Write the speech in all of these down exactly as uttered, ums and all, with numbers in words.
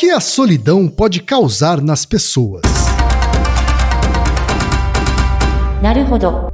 que a solidão pode causar nas pessoas? Naruhodo.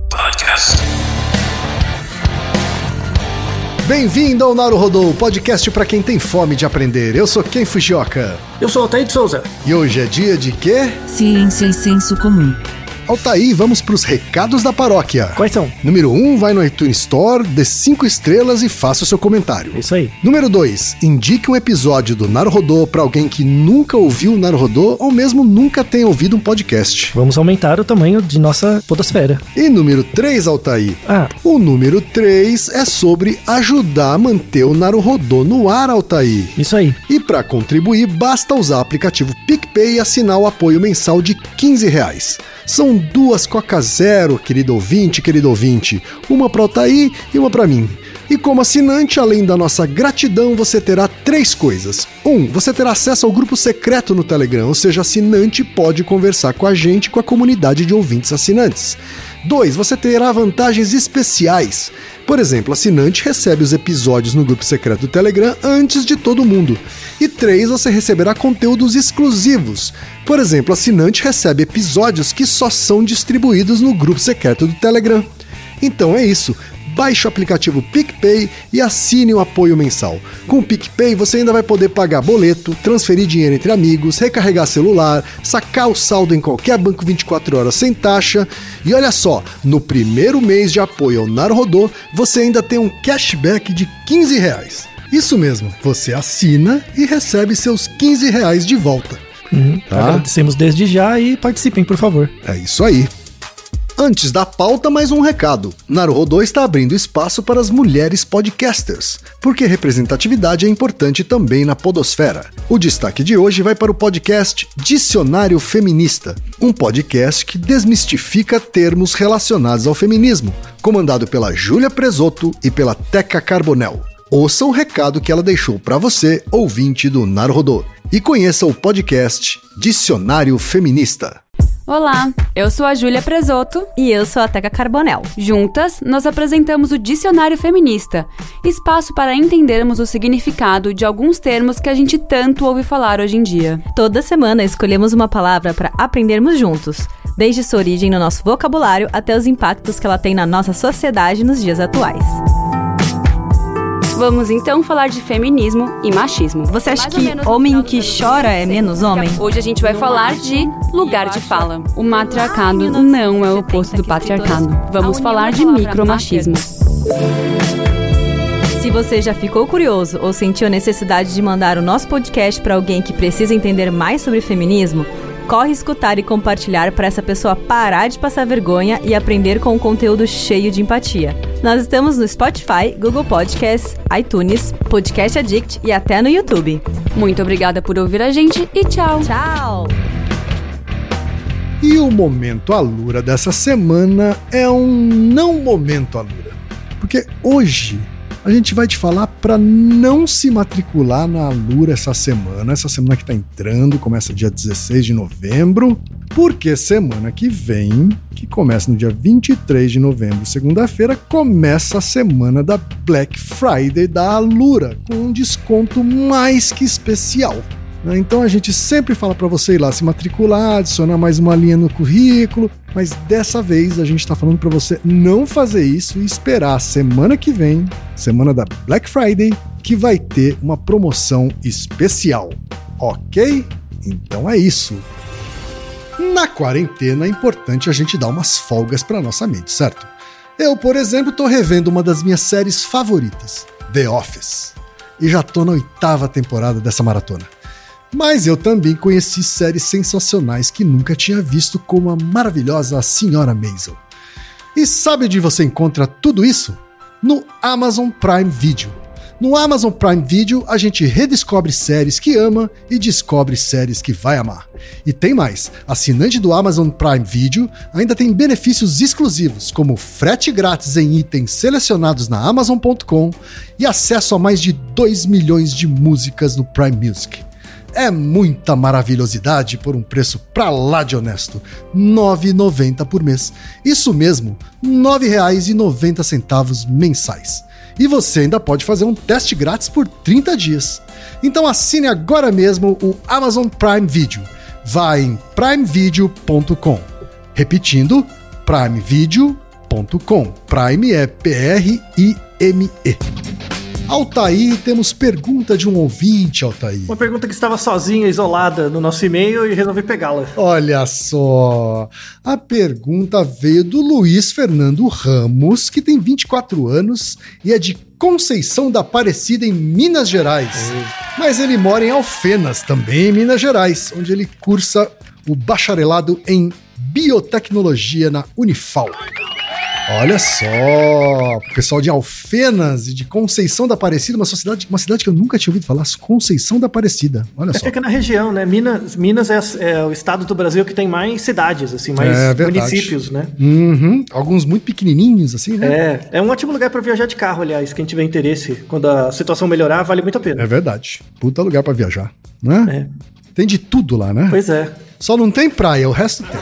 Bem-vindo ao Naruhodo, podcast para quem tem fome de aprender. Eu sou Ken Fujioka. Eu sou Altair de Souza. E hoje é dia de quê? Ciência e senso comum. Altair, vamos para os recados da paróquia. Quais são? Número um, vai no iTunes Store, dê cinco estrelas e faça o seu comentário. Isso aí. Número dois, indique um episódio do Naruhodo para alguém que nunca ouviu o Naruhodo ou mesmo nunca tenha ouvido um podcast. Vamos aumentar o tamanho de nossa podosfera. E número três, Altair. Ah. O número três é sobre ajudar a manter o Naruhodo no ar, Altair. Isso aí. E para contribuir, basta usar o aplicativo PicPay e assinar o apoio mensal de quinze reais. São duas Coca Zero, querido ouvinte, querido ouvinte. Uma para o Altair e uma para mim. E como assinante, além da nossa gratidão, você terá três coisas. Um, você terá acesso ao grupo secreto no Telegram, ou seja, assinante pode conversar com a gente e com a comunidade de ouvintes assinantes. Dois, você terá vantagens especiais. Por exemplo, assinante recebe os episódios no grupo secreto do Telegram antes de todo mundo. E três, você receberá conteúdos exclusivos. Por exemplo, assinante recebe episódios que só são distribuídos no grupo secreto do Telegram. Então é isso. Baixe o aplicativo PicPay e assine o apoio mensal. Com o PicPay você ainda vai poder pagar boleto, transferir dinheiro entre amigos, recarregar celular, sacar o saldo em qualquer banco vinte e quatro horas sem taxa. E olha só, no primeiro mês de apoio ao Naruhodo, você ainda tem um cashback de quinze reais. Isso mesmo, você assina e recebe seus quinze reais de volta. Uhum, tá? Agradecemos desde já e participem, por favor. É isso aí. Antes da pauta, mais um recado. Naruhodo está abrindo espaço para as mulheres podcasters, porque representatividade é importante também na podosfera. O destaque de hoje vai para o podcast Dicionário Feminista, um podcast que desmistifica termos relacionados ao feminismo, comandado pela Júlia Presotto e pela Teca Carbonell. Ouça o recado que ela deixou para você, ouvinte do Naruhodo, e conheça o podcast Dicionário Feminista. Olá, eu sou a Júlia Presotto e eu sou a Teca Carbonell. Juntas, nós apresentamos o Dicionário Feminista, espaço para entendermos o significado de alguns termos que a gente tanto ouve falar hoje em dia. Toda semana escolhemos uma palavra para aprendermos juntos, desde sua origem no nosso vocabulário até os impactos que ela tem na nossa sociedade nos dias atuais. Vamos então falar de feminismo e machismo. Você acha que homem que chora é menos homem? Hoje a gente vai falar de lugar de fala. O matriarcado não é o oposto do patriarcado. Vamos falar de micromachismo. Se você já ficou curioso ou sentiu a necessidade de mandar o nosso podcast para alguém que precisa entender mais sobre feminismo, corre escutar e compartilhar para essa pessoa parar de passar vergonha e aprender com um conteúdo cheio de empatia. Nós estamos no Spotify, Google Podcasts, iTunes, Podcast Addict e até no YouTube. Muito obrigada por ouvir a gente e tchau! Tchau! E o Momento Alura dessa semana é um não momento Alura. Porque hoje a gente vai te falar para não se matricular na Alura essa semana, essa semana que tá entrando, começa dia dezesseis de novembro, porque semana que vem, que começa no dia vinte e três de novembro, segunda-feira, começa a semana da Black Friday da Alura, com um desconto mais que especial. Então a gente sempre fala para você ir lá se matricular, adicionar mais uma linha no currículo, mas dessa vez a gente está falando para você não fazer isso e esperar a semana que vem, semana da Black Friday, que vai ter uma promoção especial, ok? Então é isso. Na quarentena é importante a gente dar umas folgas para nossa mente, certo? Eu, por exemplo, tô revendo uma das minhas séries favoritas, The Office, e já tô na oitava temporada dessa maratona. Mas eu também conheci séries sensacionais que nunca tinha visto, como a maravilhosa Senhora Maisel. E sabe onde você encontra tudo isso? No Amazon Prime Video. No Amazon Prime Video, a gente redescobre séries que ama e descobre séries que vai amar. E tem mais, assinante do Amazon Prime Video ainda tem benefícios exclusivos, como frete grátis em itens selecionados na Amazon ponto com e acesso a mais de dois milhões de músicas no Prime Music. É muita maravilhosidade por um preço pra lá de honesto, nove reais e noventa centavos por mês. Isso mesmo, nove reais e noventa centavos mensais. E você ainda pode fazer um teste grátis por trinta dias. Então assine agora mesmo o Amazon Prime Video. Vai em prime video ponto com. Repetindo, prime video ponto com. Prime é P R I M E. Altair, temos pergunta de um ouvinte, Altair. Uma pergunta que estava sozinha, isolada no nosso e-mail e resolvi pegá-la. Olha só, a pergunta veio do Luiz Fernando Ramos, que tem vinte e quatro anos e é de Conceição da Aparecida, em Minas Gerais. Uhum. Mas ele mora em Alfenas, também em Minas Gerais, onde ele cursa o bacharelado em Biotecnologia na Unifal. Olha só, o pessoal de Alfenas e de Conceição da Aparecida, uma cidade, uma cidade que eu nunca tinha ouvido falar, Conceição da Aparecida, olha é, só. Fica na região, né? Minas, Minas é, é o estado do Brasil que tem mais cidades, assim, mais é, municípios, né? Uhum. Alguns muito pequenininhos, assim, né? É, é um ótimo lugar para viajar de carro, aliás, quem tiver interesse, quando a situação melhorar, vale muito a pena. É verdade, puta lugar para viajar, né? É. Tem de tudo lá, né? Pois é. Só não tem praia, o resto tem.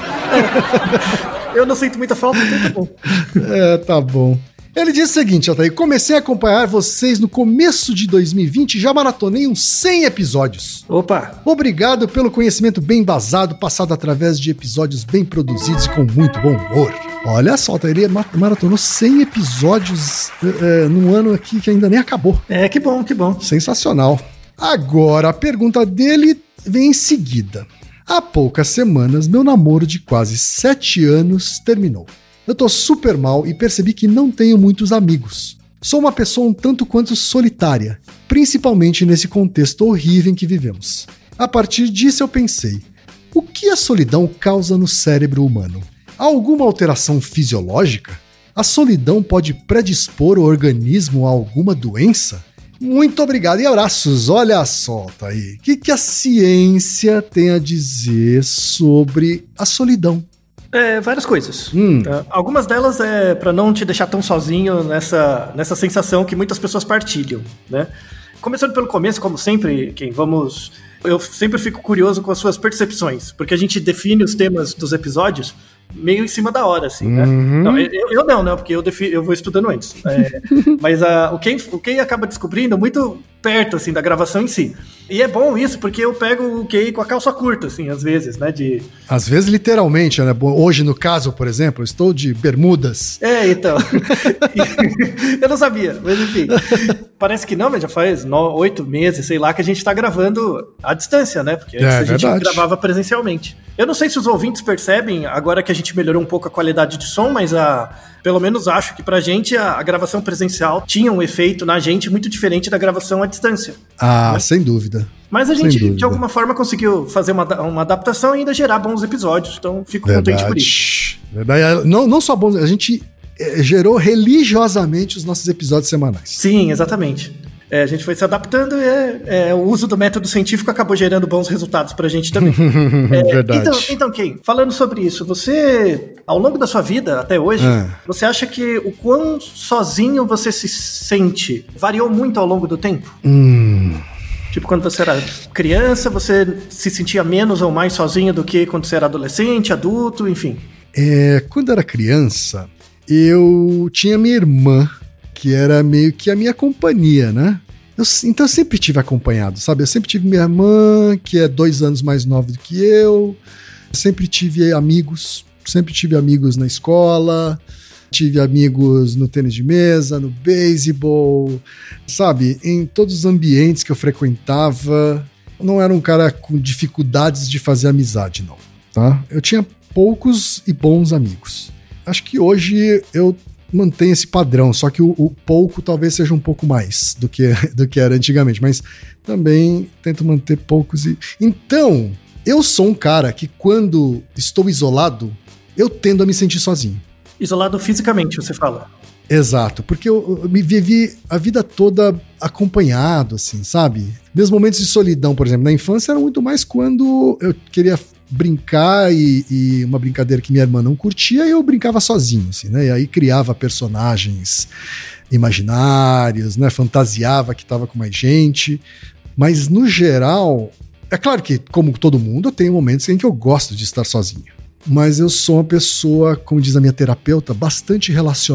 É. Eu não sinto muita falta, então tá bom. É, tá bom. Ele diz o seguinte, Altair, comecei a acompanhar vocês no começo de dois mil e vinte e já maratonei uns cem episódios. Opa! Obrigado pelo conhecimento bem embasado, passado através de episódios bem produzidos e com muito bom humor. Olha só, Altair, ele maratonou cem episódios é, num ano aqui que ainda nem acabou. É, que bom, que bom. Sensacional. Agora, a pergunta dele vem em seguida. Há poucas semanas, meu namoro de quase sete anos terminou. Eu tô super mal e percebi que não tenho muitos amigos. Sou uma pessoa um tanto quanto solitária, principalmente nesse contexto horrível em que vivemos. A partir disso eu pensei, o que a solidão causa no cérebro humano? Há alguma alteração fisiológica? A solidão pode predispor o organismo a alguma doença? Muito obrigado e abraços. Olha só, tá aí. O que, que a ciência tem a dizer sobre a solidão? É, várias coisas. Hum. Tá? Algumas delas é para não te deixar tão sozinho nessa, nessa sensação que muitas pessoas partilham, né? Começando pelo começo, como sempre, quem vamos... Eu sempre fico curioso com as suas percepções, porque a gente define os temas dos episódios meio em cima da hora, assim, né? Uhum. Não, eu, eu não, né? Porque eu, defino, eu vou estudando antes. É, mas a, o, Ken, o Ken acaba descobrindo muito perto, assim, da gravação em si. E é bom isso, porque eu pego o Ken com a calça curta, assim, às vezes, né? De... Às vezes, literalmente, né? Hoje, no caso, por exemplo, eu estou de bermudas. É, então. Eu não sabia, mas enfim. Parece que não, mas já faz no, oito meses, sei lá, que a gente tá gravando à distância, né? Porque antes é, a gente verdade. gravava presencialmente. Eu não sei se os ouvintes percebem, agora que a gente melhorou um pouco a qualidade de som, mas a, pelo menos acho que pra gente a, a gravação presencial tinha um efeito na gente muito diferente da gravação à distância. Ah, né? Sem dúvida. Mas a gente, de alguma forma, conseguiu fazer uma, uma adaptação e ainda gerar bons episódios, então fico Verdade. contente por isso. Verdade. Não, não só bons, a gente é, gerou religiosamente os nossos episódios semanais. Sim, exatamente. É, a gente foi se adaptando e é, é, o uso do método científico acabou gerando bons resultados pra gente também. É, Verdade. Então, então, Ken, falando sobre isso, você, ao longo da sua vida até hoje, é. você acha que o quão sozinho você se sente variou muito ao longo do tempo? Hum... Tipo, quando você era criança, você se sentia menos ou mais sozinho do que quando você era adolescente, adulto, enfim? É, quando eu era criança, eu tinha minha irmã, que era meio que a minha companhia, né? Eu, então eu sempre tive acompanhado, sabe? Eu sempre tive minha irmã, que é dois anos mais nova do que eu. Sempre tive amigos, sempre tive amigos na escola. Tive amigos no tênis de mesa, no beisebol, sabe? Em todos os ambientes que eu frequentava. Não era um cara com dificuldades de fazer amizade, não, tá? Eu tinha poucos e bons amigos. Acho que hoje eu mantenho esse padrão, só que o, o pouco talvez seja um pouco mais do que, do que era antigamente, mas também tento manter poucos e... Então, eu sou um cara que quando estou isolado, eu tendo a me sentir sozinho. Isolado fisicamente, você fala. Exato, porque eu, eu me vivi a vida toda acompanhado, assim, sabe? Meus momentos de solidão, por exemplo, na infância eram muito mais quando eu queria brincar e, e uma brincadeira que minha irmã não curtia, eu brincava sozinho, assim, né? E aí criava personagens imaginários, né? Fantasiava que tava com mais gente, mas no geral, é claro que, como todo mundo, eu tenho momentos em que eu gosto de estar sozinho. Mas eu sou uma pessoa, como diz a minha terapeuta, bastante relacional.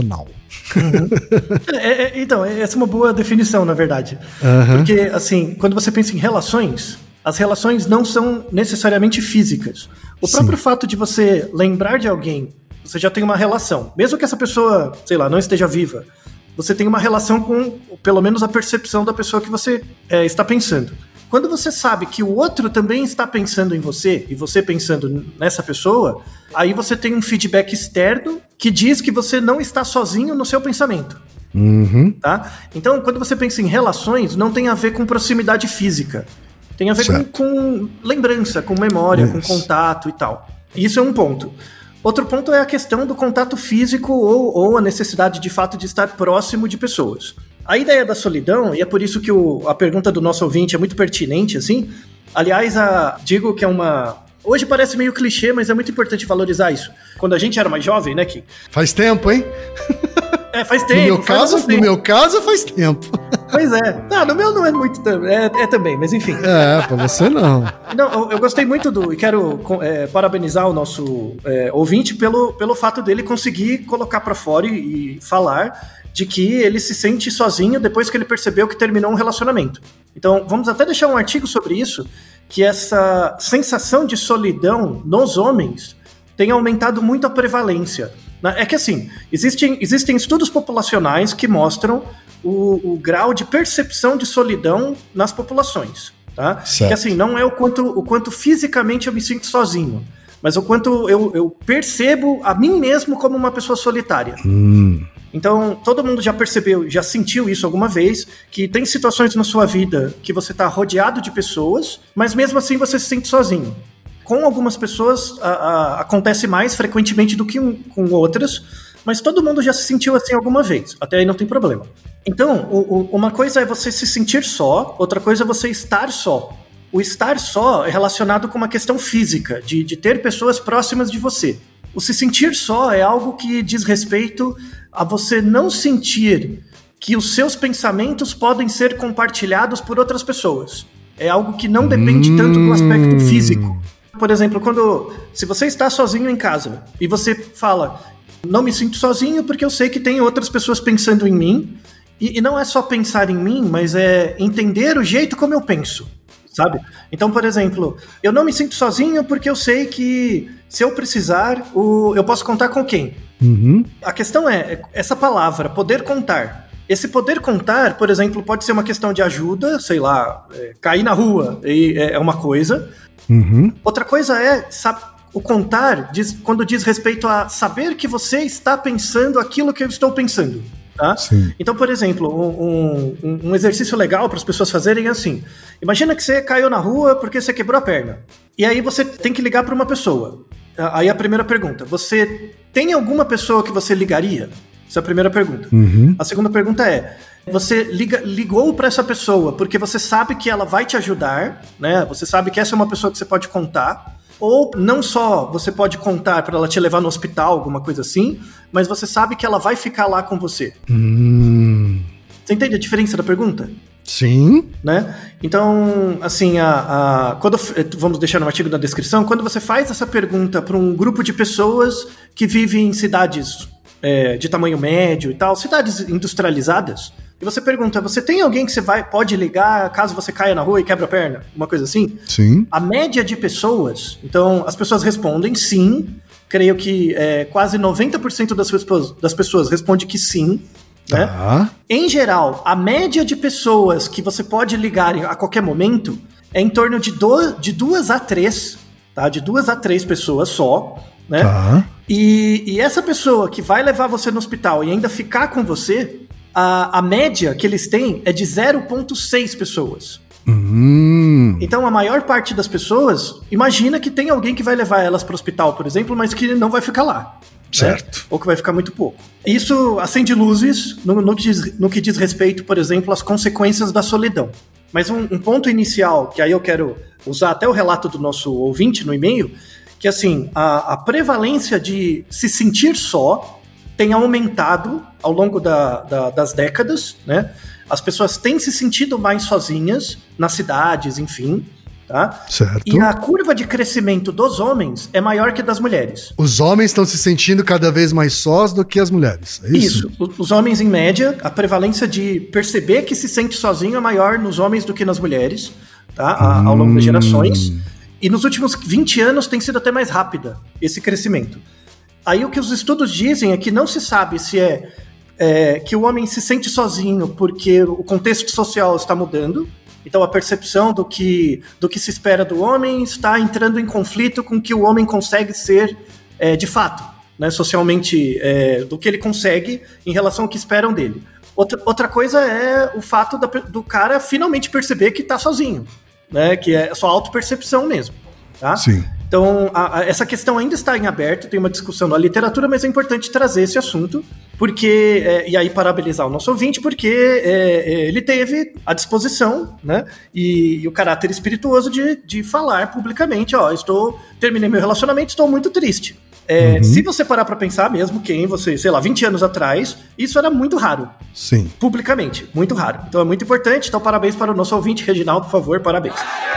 Uhum. é, é, então, essa é uma boa definição, na verdade. Uhum. Porque, assim, quando você pensa em relações, as relações não são necessariamente físicas. O Sim. próprio fato de você lembrar de alguém, você já tem uma relação. Mesmo que essa pessoa, sei lá, não esteja viva, você tem uma relação com, pelo menos, a percepção da pessoa que você é, está pensando. Quando você sabe que o outro também está pensando em você, e você pensando nessa pessoa, aí você tem um feedback externo que diz que você não está sozinho no seu pensamento. Uhum. Tá? Então, quando você pensa em relações, não tem a ver com proximidade física. Tem a ver com, com lembrança, com memória, Isso. com contato e tal. Isso é um ponto. Outro ponto é a questão do contato físico ou, ou a necessidade, de fato, de estar próximo de pessoas. A ideia da solidão, e é por isso que o, a pergunta do nosso ouvinte é muito pertinente, assim. Aliás, a, digo que é uma... Hoje parece meio clichê, mas é muito importante valorizar isso. Quando a gente era mais jovem, né, Kim? Faz tempo, hein? É, faz tempo. No meu caso, tempo. no meu caso faz tempo. Pois é. Não, no meu não é muito... É, é também, mas enfim. É, pra você não. Não, eu, eu gostei muito do... E quero é, parabenizar o nosso é, ouvinte pelo, pelo fato dele conseguir colocar pra fora e, e falar de que ele se sente sozinho depois que ele percebeu que terminou um relacionamento. Então, vamos até deixar um artigo sobre isso, que essa sensação de solidão nos homens tem aumentado muito a prevalência. É que assim, existem, existem estudos populacionais que mostram o, o grau de percepção de solidão nas populações. Tá? Que assim, não é o quanto, o quanto fisicamente eu me sinto sozinho, mas o quanto eu, eu percebo a mim mesmo como uma pessoa solitária. Hum. Então, todo mundo já percebeu, já sentiu isso alguma vez, que tem situações na sua vida que você está rodeado de pessoas, mas mesmo assim você se sente sozinho. Com algumas pessoas a, a, acontece mais frequentemente do que um, com outras, mas todo mundo já se sentiu assim alguma vez, até aí não tem problema. Então, o, o, uma coisa é você se sentir só, outra coisa é você estar só. O estar só é relacionado com uma questão física, de, de ter pessoas próximas de você. O se sentir só é algo que diz respeito a você não sentir que os seus pensamentos podem ser compartilhados por outras pessoas. É algo que não depende hum. tanto do aspecto físico. Por exemplo, quando se você está sozinho em casa e você fala, não me sinto sozinho porque eu sei que tem outras pessoas pensando em mim, e, e não é só pensar em mim, mas é entender o jeito como eu penso. Sabe? Então, por exemplo, eu não me sinto sozinho porque eu sei que se eu precisar, o, eu posso contar com quem? Uhum. A questão é, essa palavra, poder contar. Esse poder contar, por exemplo, pode ser uma questão de ajuda, sei lá, é, cair na rua é, é uma coisa. Uhum. Outra coisa é o contar, diz, quando diz respeito a saber que você está pensando aquilo que eu estou pensando. Tá? Então, por exemplo, um, um, um exercício legal para as pessoas fazerem é assim: imagina que você caiu na rua porque você quebrou a perna, e aí você tem que ligar para uma pessoa. Aí a primeira pergunta: você tem alguma pessoa que você ligaria? Essa é a primeira pergunta. Uhum. A segunda pergunta é: você liga, ligou para essa pessoa porque você sabe que ela vai te ajudar, né? Você sabe que essa é uma pessoa que você pode contar. Ou não só você pode contar para ela te levar no hospital, alguma coisa assim, mas você sabe que ela vai ficar lá com você. Hum. Você entende a diferença da pergunta? Sim. Né? Então, assim, a, a, quando, vamos deixar no artigo na descrição, quando você faz essa pergunta para um grupo de pessoas que vivem em cidades é, de tamanho médio e tal, cidades industrializadas, e você pergunta, você tem alguém que você vai, pode ligar caso você caia na rua e quebra a perna? Uma coisa assim? Sim. A média de pessoas, então as pessoas respondem sim, creio que é, quase noventa por cento das pessoas, das pessoas responde que sim. Né? Tá. Em geral, a média de pessoas que você pode ligar a qualquer momento é em torno de, do, de duas a três, tá? De duas a três pessoas só. Né? Tá. E, e essa pessoa que vai levar você no hospital e ainda ficar com você, A, a média que eles têm é de zero vírgula seis pessoas. Hum. Então, a maior parte das pessoas imagina que tem alguém que vai levar elas para o hospital, por exemplo, mas que não vai ficar lá. Certo. Né? Ou que vai ficar muito pouco. Isso acende luzes no, no, que diz, no que diz respeito, por exemplo, às consequências da solidão. Mas um, um ponto inicial, que aí eu quero usar até o relato do nosso ouvinte no e-mail, que assim, a, a prevalência de se sentir só tem aumentado ao longo da, da, das décadas, né? As pessoas têm se sentido mais sozinhas nas cidades, enfim, Tá? Certo. E a curva de crescimento dos homens é maior que das mulheres. Os homens estão se sentindo cada vez mais sós do que as mulheres, é isso? Isso. Os homens, em média, a prevalência de perceber que se sente sozinho é maior nos homens do que nas mulheres, tá? A, ao longo das gerações. E nos últimos vinte anos tem sido até mais rápida esse crescimento. Aí o que os estudos dizem é que não se sabe se é, é que o homem se sente sozinho porque o contexto social está mudando. Então a percepção do que, do que se espera do homem está entrando em conflito com o que o homem consegue ser é, de fato, né, socialmente, é, do que ele consegue em relação ao que esperam dele. Outra, outra coisa é o fato da, do cara finalmente perceber que está sozinho, né, que é só autopercepção mesmo. Tá? Sim. Então a, a, essa questão ainda está em aberto, tem uma discussão na literatura, mas é importante trazer esse assunto, porque, é, e aí parabenizar o nosso ouvinte, porque é, ele teve a disposição, né, e, e o caráter espirituoso de, de falar publicamente, ó, estou, terminei meu relacionamento, estou muito triste. É, uhum. Se você parar para pensar mesmo, quem você, sei lá, vinte anos atrás, isso era muito raro. Sim. Publicamente, muito raro. Então é muito importante, então parabéns para o nosso ouvinte, Reginaldo, por favor, parabéns.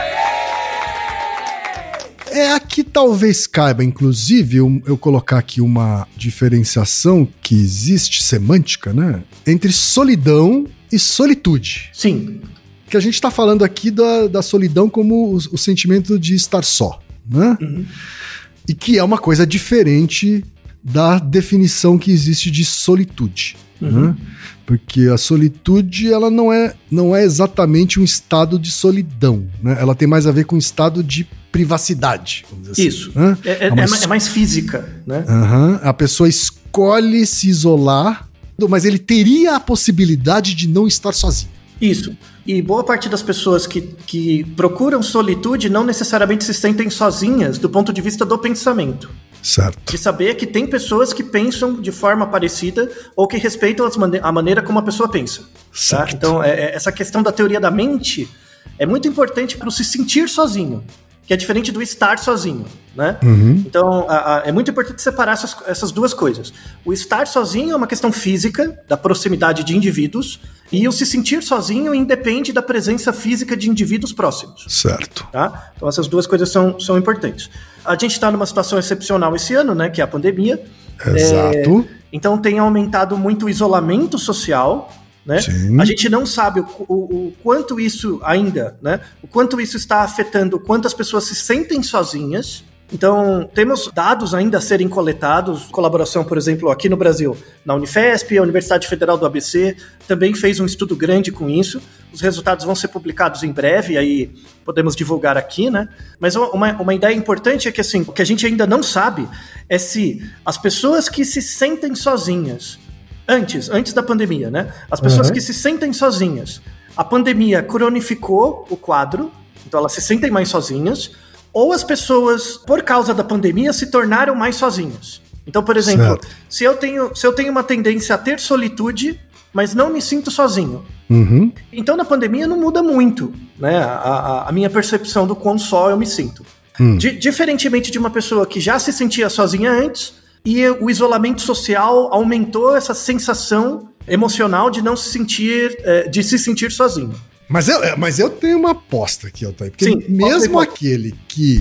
É aqui talvez caiba, inclusive, eu, eu colocar aqui uma diferenciação que existe, semântica, né? Entre solidão e solitude. Sim. Que a gente está falando aqui da, da solidão como o, o sentimento de estar só, né? Uhum. E que é uma coisa diferente da definição que existe de solitude, uhum. né? Porque a solitude, ela não é, não é exatamente um estado de solidão, né? Ela tem mais a ver com um estado de privacidade, vamos dizer Isso. assim. Né? É, é, é, mais, é mais física, né? Uhum. A pessoa escolhe se isolar, mas ele teria a possibilidade de não estar sozinho. Isso. E boa parte das pessoas que, que procuram solitude não necessariamente se sentem sozinhas do ponto de vista do pensamento. Certo. De saber que tem pessoas que pensam de forma parecida ou que respeitam as mane- a maneira como a pessoa pensa. Certo. Tá? Então, é, é, essa questão da teoria da mente é muito importante para o se sentir sozinho, que é diferente do estar sozinho, né? Uhum. Então, a, a, é muito importante separar essas, essas duas coisas. O estar sozinho é uma questão física, da proximidade de indivíduos, e o se sentir sozinho independe da presença física de indivíduos próximos. Certo. Tá? Então, essas duas coisas são, são importantes. A gente está numa situação excepcional esse ano, né? Que é a pandemia. Exato. É, então, tem aumentado muito o isolamento social, né? A gente não sabe o, o, o quanto isso ainda, né? O quanto isso está afetando quantas pessoas se sentem sozinhas. Então, temos dados ainda a serem coletados, colaboração, por exemplo, aqui no Brasil, na Unifesp, a Universidade Federal do A B C também fez um estudo grande com isso. Os resultados vão ser publicados em breve, aí podemos divulgar aqui, né? Mas uma, uma ideia importante é que, assim, o que a gente ainda não sabe é se as pessoas que se sentem sozinhas, antes, antes da pandemia, né? As pessoas uhum. que se sentem sozinhas, a pandemia cronificou o quadro, então elas se sentem mais sozinhas, ou as pessoas, por causa da pandemia, se tornaram mais sozinhas. Então, por exemplo, se eu, tenho, se eu tenho uma tendência a ter solitude, mas não me sinto sozinho, uhum. então na pandemia não muda muito, né, a, a, a minha percepção do quão só eu me sinto. Hum. D- diferentemente de uma pessoa que já se sentia sozinha antes, e o isolamento social aumentou essa sensação emocional de não se sentir, de se sentir sozinho. Mas eu, mas eu tenho uma aposta aqui, Altair, porque Sim, mesmo aquele que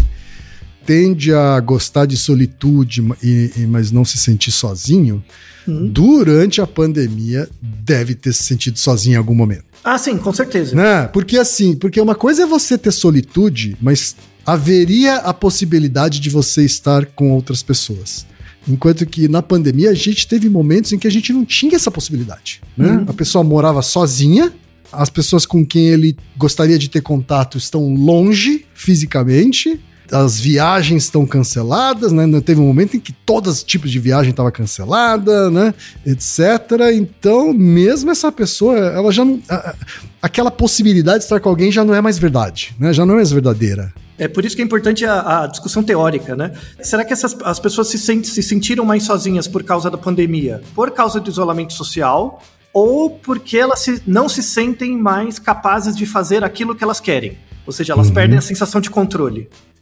tende a gostar de solitude, e, e, mas não se sentir sozinho, hum. durante a pandemia deve ter se sentido sozinho em algum momento. Ah, sim, com certeza. Né? Porque assim, porque uma coisa é você ter solitude, mas haveria a possibilidade de você estar com outras pessoas. Enquanto que na pandemia a gente teve momentos em que a gente não tinha essa possibilidade, né? Uhum. A pessoa morava sozinha, as pessoas com quem ele gostaria de ter contato estão longe fisicamente, as viagens estão canceladas, né? Teve um momento em que todos os tipos de viagem estavam canceladas, né? Etcétera. Então, mesmo essa pessoa, ela já não, a, aquela possibilidade de estar com alguém já não é mais verdade, né? Já não é mais verdadeira. É por isso que é importante a, a discussão teórica, né? Será que essas, as pessoas se, sent, se sentiram mais sozinhas por causa da pandemia? Por causa do isolamento social? Ou porque elas se, não se sentem mais capazes de fazer aquilo que elas querem? Ou seja, elas uhum. perdem a sensação de controle.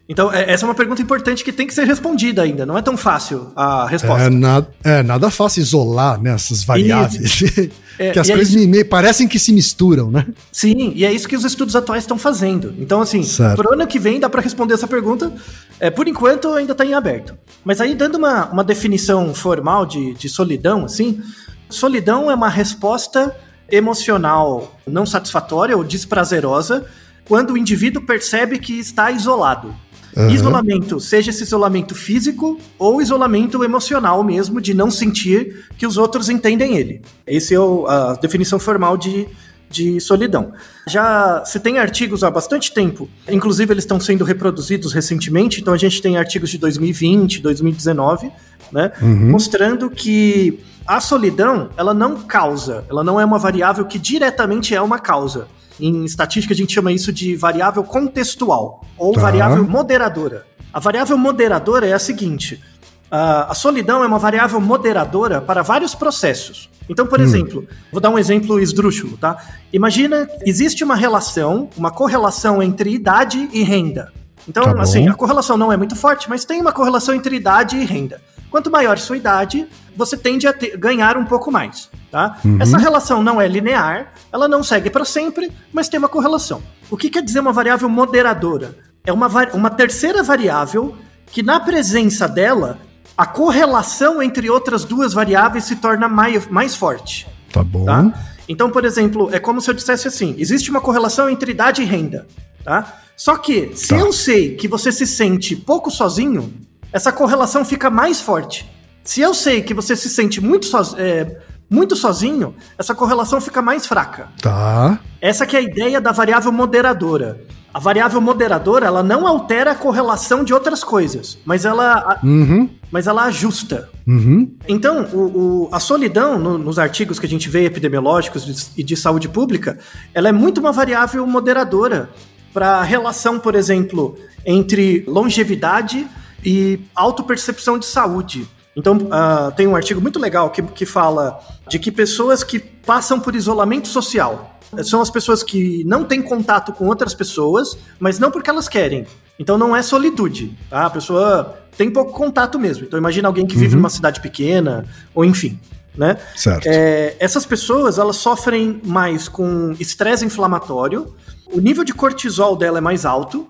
Então, essa é uma pergunta importante que tem que ser respondida ainda. Não é tão fácil a resposta. É, na, é nada fácil isolar, né, essas variáveis. É, que as coisas é me, me parecem que se misturam, né? Sim, e é isso que os estudos atuais estão fazendo. Então, assim, certo. Pro ano que vem dá para responder essa pergunta. É, por enquanto, ainda está em aberto. Mas aí, dando uma, uma definição formal de, de solidão, assim, solidão é uma resposta emocional não satisfatória ou desprazerosa quando o indivíduo percebe que está isolado. Uhum. Isolamento, seja esse isolamento físico ou isolamento emocional mesmo, de não sentir que os outros entendem ele. Essa é o, a definição formal de, de solidão. Já se tem artigos há bastante tempo, inclusive eles estão sendo reproduzidos recentemente, então a gente tem artigos de dois mil e vinte, dois mil e dezenove, né, uhum. mostrando que a solidão, ela não causa, ela não é uma variável que diretamente é uma causa. Em estatística, a gente chama isso de variável contextual, ou tá. variável moderadora. A variável moderadora é a seguinte: a, a solidão é uma variável moderadora para vários processos. Então, por hum. exemplo, vou dar um exemplo esdrúxulo, tá? Imagina, existe uma relação, uma correlação entre idade e renda. Então, tá assim, a correlação não é muito forte, mas tem uma correlação entre idade e renda. Quanto maior sua idade, você tende a ter, ganhar um pouco mais, tá? Uhum. Essa relação não é linear, ela não segue para sempre, mas tem uma correlação. O que quer dizer uma variável moderadora? É uma, uma terceira variável que, na presença dela, a correlação entre outras duas variáveis se torna mais, mais forte. Tá bom. Tá? Então, por exemplo, é como se eu dissesse assim, existe uma correlação entre idade e renda, tá? Só que, se tá. eu sei que você se sente pouco sozinho, essa correlação fica mais forte. Se eu sei que você se sente muito, so, é, muito sozinho, essa correlação fica mais fraca. Tá. Essa que é a ideia da variável moderadora. A variável moderadora, ela não altera a correlação de outras coisas, mas ela, uhum. mas ela ajusta. Uhum. Então, o, o, a solidão, no, nos artigos que a gente vê epidemiológicos de, e de saúde pública, ela é muito uma variável moderadora para a relação, por exemplo, entre longevidade e autopercepção de saúde. Então, uh, tem um artigo muito legal que, que fala de que pessoas que passam por isolamento social são as pessoas que não têm contato com outras pessoas, mas não porque elas querem. Então, não é solitude, tá? A pessoa tem pouco contato mesmo. Então, imagina alguém que vive uhum. numa cidade pequena, ou enfim, né? Certo. É, essas pessoas, elas sofrem mais com estresse inflamatório, o nível de cortisol dela é mais alto,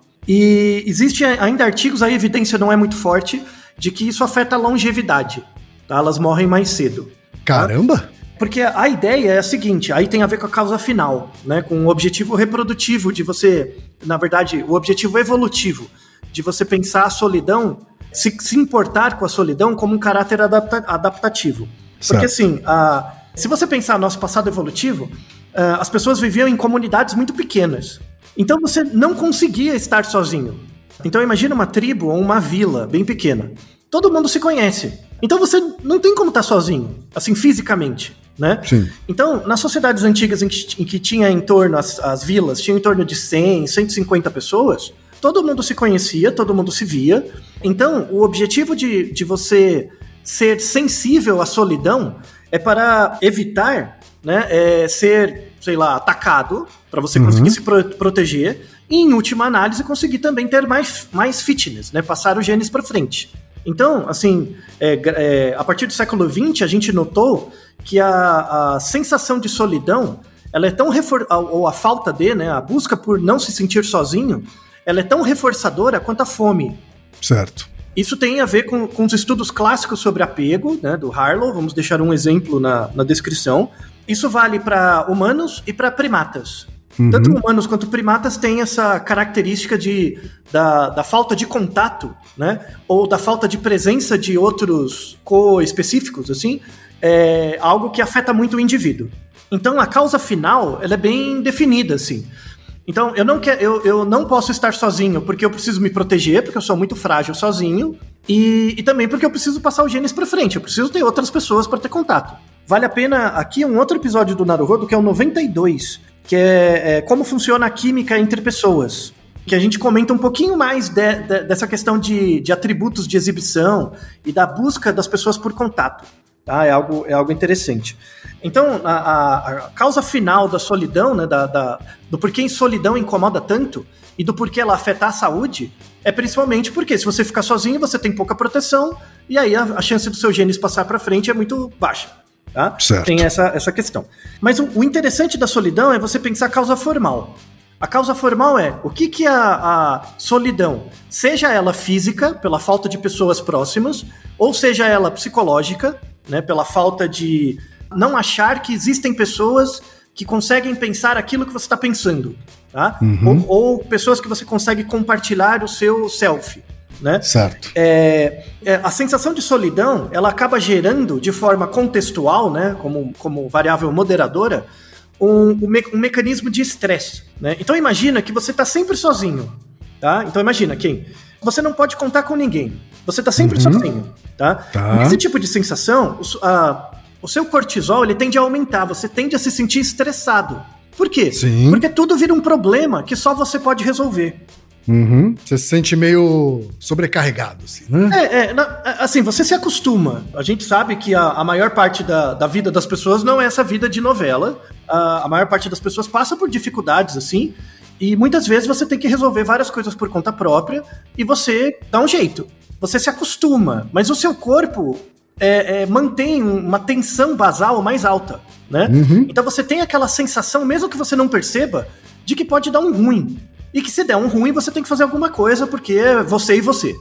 e existe ainda artigos, a evidência não é muito forte, de que isso afeta a longevidade, tá? Elas morrem mais cedo. Caramba! Tá? Porque a ideia é a seguinte, aí tem a ver com a causa final, né? Com o objetivo reprodutivo de você, na verdade, o objetivo evolutivo de você pensar a solidão, se, se importar com a solidão como um caráter adapta, adaptativo. Certo. Porque assim, a, se você pensar no nosso passado evolutivo, a, as pessoas viviam em comunidades muito pequenas. Então você não conseguia estar sozinho. Então imagina uma tribo ou uma vila bem pequena. Todo mundo se conhece. Então você não tem como estar sozinho, assim, fisicamente, né? Sim. Então, nas sociedades antigas em que, em que tinha em torno, as, as vilas, tinha em torno de cem, cento e cinquenta pessoas, todo mundo se conhecia, todo mundo se via. Então, o objetivo de, de você ser sensível à solidão é para evitar, né, é ser, sei lá, atacado, para você uhum. conseguir se pro- proteger, e, em última análise, conseguir também ter mais, mais fitness, né, passar os genes para frente. Então, assim, é, é, a partir do século vinte, a gente notou que a, a sensação de solidão, ela é tão refor- ou a falta de, né, a busca por não se sentir sozinho, ela é tão reforçadora quanto a fome. Certo. Isso tem a ver com, com os estudos clássicos sobre apego, né, do Harlow, vamos deixar um exemplo na, na descrição. Isso vale para humanos e para primatas. Uhum. Tanto humanos quanto primatas têm essa característica de, da, da falta de contato, né? Ou da falta de presença de outros co-específicos, assim, é algo que afeta muito o indivíduo. Então, a causa final, ela é bem definida, assim. Então, eu não, quer, eu, eu não posso estar sozinho porque eu preciso me proteger, porque eu sou muito frágil sozinho, e, e também porque eu preciso passar os genes para frente, eu preciso ter outras pessoas para ter contato. Vale a pena, aqui um outro episódio do Naruhodo, que é o noventa e dois, que é, é como funciona a química entre pessoas, que a gente comenta um pouquinho mais de, de, dessa questão de, de atributos de exibição e da busca das pessoas por contato. Tá? É, algo, é algo interessante. Então, a, a, a causa final da solidão, né, da, da, do porquê a solidão incomoda tanto e do porquê ela afeta a saúde, é principalmente porque se você ficar sozinho, você tem pouca proteção e aí a, a chance do seu genes passar para frente é muito baixa. Tá? Certo. Tem essa, essa questão. Mas o, o interessante da solidão é você pensar a causa formal. A causa formal é o que, que a, a solidão, seja ela física, pela falta de pessoas próximas, ou seja ela psicológica, né, pela falta de não achar que existem pessoas que conseguem pensar aquilo que você está pensando, tá? Uhum. Ou, ou pessoas que você consegue compartilhar o seu self, né? Certo. É, é, a sensação de solidão, ela acaba gerando de forma contextual, né, como, como variável moderadora, um, um, me, um mecanismo de estresse, né? Então imagina que você está sempre sozinho, tá? Então imagina, quem? Você não pode contar com ninguém, você está sempre uhum. sozinho, tá? Tá. Nesse tipo de sensação, o, a, o seu cortisol, ele tende a aumentar, você tende a se sentir estressado. Por quê? Sim. Porque tudo vira um problema que só você pode resolver. Uhum. Você se sente meio sobrecarregado, assim, né? É, é na, assim, você se acostuma. A gente sabe que a, a maior parte da, da vida das pessoas não é essa vida de novela. A, a maior parte das pessoas passa por dificuldades, assim, e muitas vezes você tem que resolver várias coisas por conta própria e você dá um jeito. Você se acostuma, mas o seu corpo é, é, mantém uma tensão basal mais alta, né? Uhum. Então você tem aquela sensação, mesmo que você não perceba, de que pode dar um ruim. E que se der um ruim, você tem que fazer alguma coisa, porque é você e você.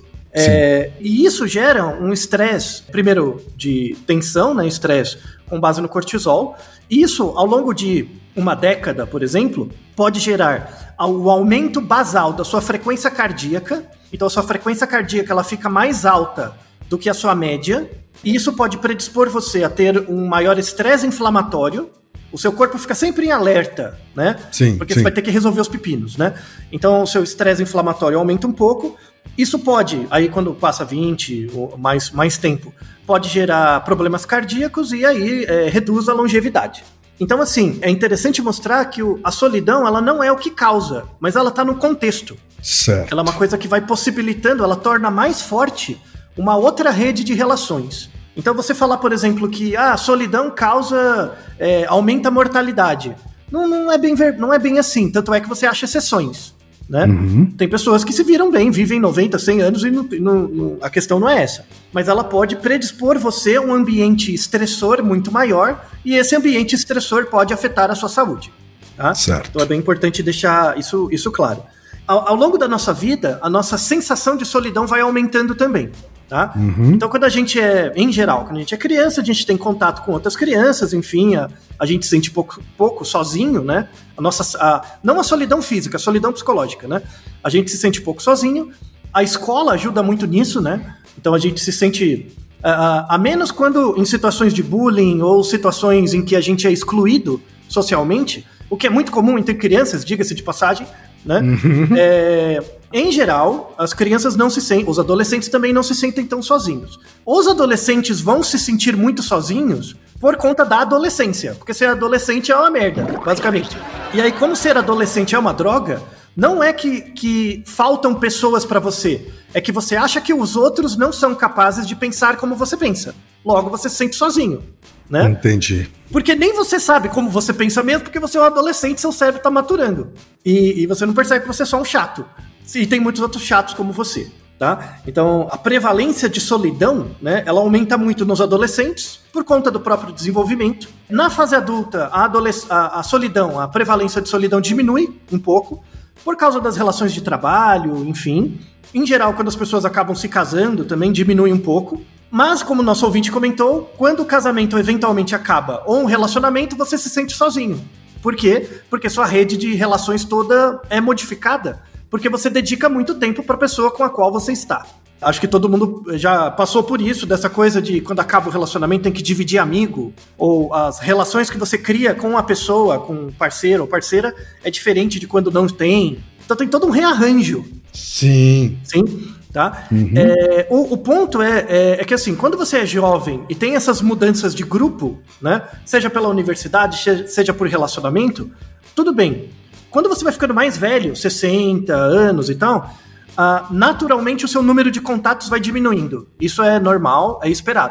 É, e isso gera um estresse, primeiro de tensão, né, estresse com base no cortisol. Isso, ao longo de uma década, por exemplo, pode gerar o aumento basal da sua frequência cardíaca. Então a sua frequência cardíaca ela fica mais alta do que a sua média. E isso pode predispor você a ter um maior estresse inflamatório. O seu corpo fica sempre em alerta, né? Sim, Porque sim. você vai ter que resolver os pepinos, né? Então, o seu estresse inflamatório aumenta um pouco. Isso pode, aí quando passa vinte ou mais, mais tempo, pode gerar problemas cardíacos e aí é, reduz a longevidade. Então, assim, é interessante mostrar que o, a solidão, ela não é o que causa, mas ela está no contexto. Certo. Ela é uma coisa que vai possibilitando, ela torna mais forte uma outra rede de relações. Então você falar, por exemplo, que ah, a solidão causa, é, aumenta a mortalidade. Não, não, é bem ver, não é bem assim, tanto é que você acha exceções, né? Uhum. Tem pessoas que se viram bem, vivem noventa, cem anos e não, não, não, a questão não é essa. Mas ela pode predispor você a um ambiente estressor muito maior e esse ambiente estressor pode afetar a sua saúde. Tá? Certo. Então é bem importante deixar isso, isso claro. Ao, ao longo da nossa vida, a nossa sensação de solidão vai aumentando também. Tá? Uhum. Então, quando a gente é, em geral, quando a gente é criança, a gente tem contato com outras crianças, enfim, a, a gente se sente pouco, pouco sozinho, né? A nossa, a, não a solidão física, a solidão psicológica, né? A gente se sente pouco sozinho. A escola ajuda muito nisso, né? Então, a gente se sente, a, a menos quando em situações de bullying ou situações em que a gente é excluído socialmente, o que é muito comum entre crianças, diga-se de passagem, né? Uhum. É, em geral, as crianças não se sentem, os adolescentes também não se sentem tão sozinhos. Os adolescentes vão se sentir muito sozinhos por conta da adolescência, porque ser adolescente é uma merda, basicamente. E aí, como ser adolescente é uma droga, não é que, que faltam pessoas pra você, é que você acha que os outros não são capazes de pensar como você pensa. Logo, você se sente sozinho. Né? Entendi. Porque nem você sabe como você pensa mesmo, porque você é um adolescente, seu cérebro tá maturando. E, e você não percebe que você é só um chato. E tem muitos outros chatos como você, tá? Então, a prevalência de solidão, né, ela aumenta muito nos adolescentes, por conta do próprio desenvolvimento. Na fase adulta, a, adolesc- a, a solidão, a prevalência de solidão diminui um pouco, por causa das relações de trabalho, enfim. Em geral, quando as pessoas acabam se casando, também diminui um pouco. Mas, como o nosso ouvinte comentou, quando o casamento eventualmente acaba ou um relacionamento, você se sente sozinho. Por quê? Porque sua rede de relações toda é modificada, porque você dedica muito tempo para a pessoa com a qual você está. Acho que todo mundo já passou por isso, dessa coisa de quando acaba o relacionamento tem que dividir amigo, ou as relações que você cria com a pessoa, com um parceiro ou parceira, é diferente de quando não tem. Então tem todo um rearranjo. Sim. Sim. Tá? Uhum. É, o, o ponto é, é, é que assim, quando você é jovem e tem essas mudanças de grupo, né, seja pela universidade, seja por relacionamento, tudo bem. Quando você vai ficando mais velho, sessenta anos e tal, uh, naturalmente o seu número de contatos vai diminuindo. Isso é normal, é esperado.